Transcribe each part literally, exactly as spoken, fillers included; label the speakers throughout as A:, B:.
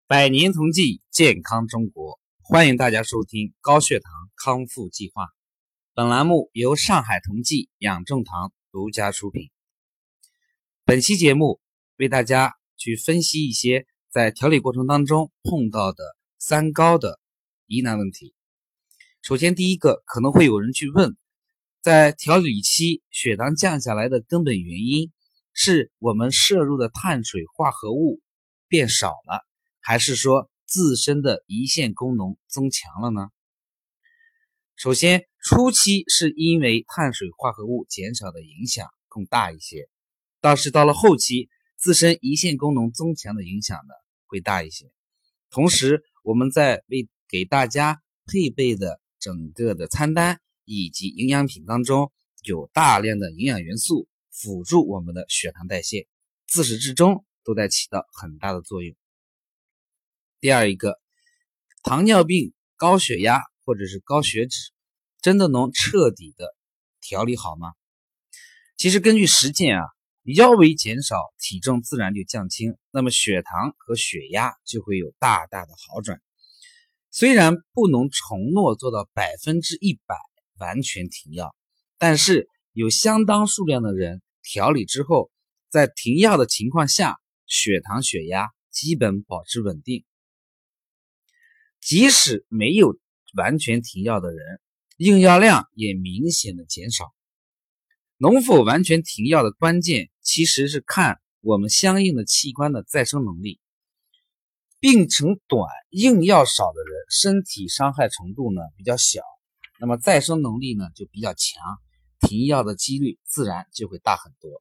A: 百年同济，健康中国，欢迎大家收听高血糖康复计划。本栏目由上海同济养正堂独家出品。本期节目为大家去分析一些在调理过程当中碰到的三高的疑难问题。首先第一个，可能会有人去问，在调理期血糖降下来的根本原因是我们摄入的碳水化合物变少了，还是说自身的胰腺功能增强了呢？首先，初期是因为碳水化合物减少的影响更大一些，倒是到了后期，自身胰腺功能增强的影响呢会大一些。同时，我们在为给大家配备的整个的餐单以及营养品当中，有大量的营养元素辅助我们的血糖代谢，自始至终都在起到很大的作用。第二一个，糖尿病、高血压或者是高血脂，真的能彻底的调理好吗？其实根据实践啊，腰围减少，体重自然就降轻，那么血糖和血压就会有大大的好转。虽然不能承诺做到百分之一百完全停药，但是有相当数量的人调理之后，在停药的情况下，血糖、血压基本保持稳定。即使没有完全停药的人，用药量也明显的减少。能否完全停药的关键，其实是看我们相应的器官的再生能力。病程短、用药少的人，身体伤害程度呢比较小，那么再生能力呢就比较强，停药的几率自然就会大很多。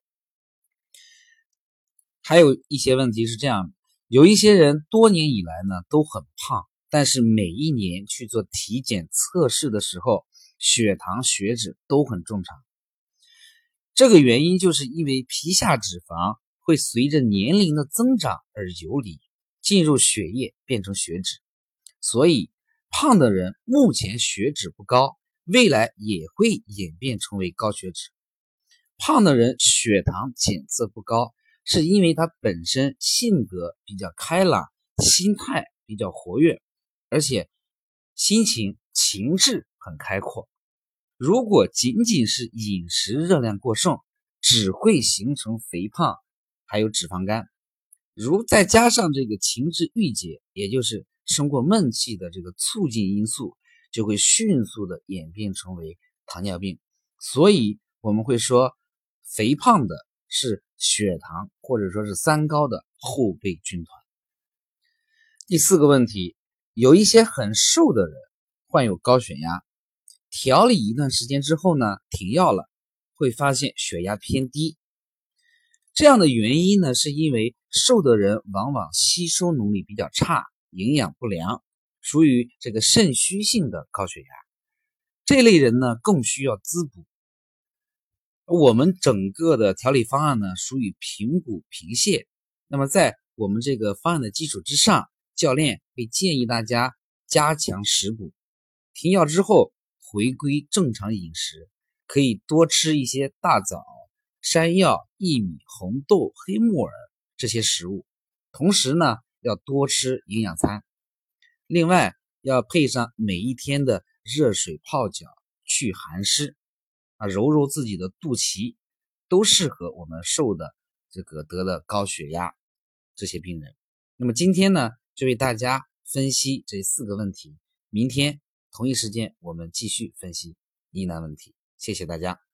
A: 还有一些问题是这样的，有一些人多年以来呢都很胖，但是每一年去做体检测试的时候，血糖、血脂都很正常。这个原因就是因为皮下脂肪会随着年龄的增长而游离，进入血液变成血脂。所以胖的人目前血脂不高，未来也会演变成为高血脂。胖的人血糖检测不高，是因为他本身性格比较开朗，心态比较活跃，而且心情情志很开阔。如果仅仅是饮食热量过剩，只会形成肥胖还有脂肪肝。如再加上这个情志郁结，也就是生过闷气的这个促进因素，就会迅速的演变成为糖尿病。所以我们会说，肥胖的是血糖或者说是三高的后备军团。第四个问题，有一些很瘦的人患有高血压，调理一段时间之后呢，停药了，会发现血压偏低。这样的原因呢，是因为瘦的人往往吸收能力比较差，营养不良，属于这个肾虚性的高血压。这类人呢，更需要滋补。我们整个的调理方案呢，属于平补平泻。那么在我们这个方案的基础之上，教练会建议大家加强食补，停药之后回归正常饮食，可以多吃一些大枣、山药、薏米、红豆、黑木耳这些食物，同时呢要多吃营养餐。另外要配上每一天的热水泡脚，去寒湿啊，揉揉自己的肚脐，都适合我们瘦的这个得了高血压这些病人。那么今天呢，就为大家分析这四个问题，明天同一时间我们继续分析疑难问题。谢谢大家。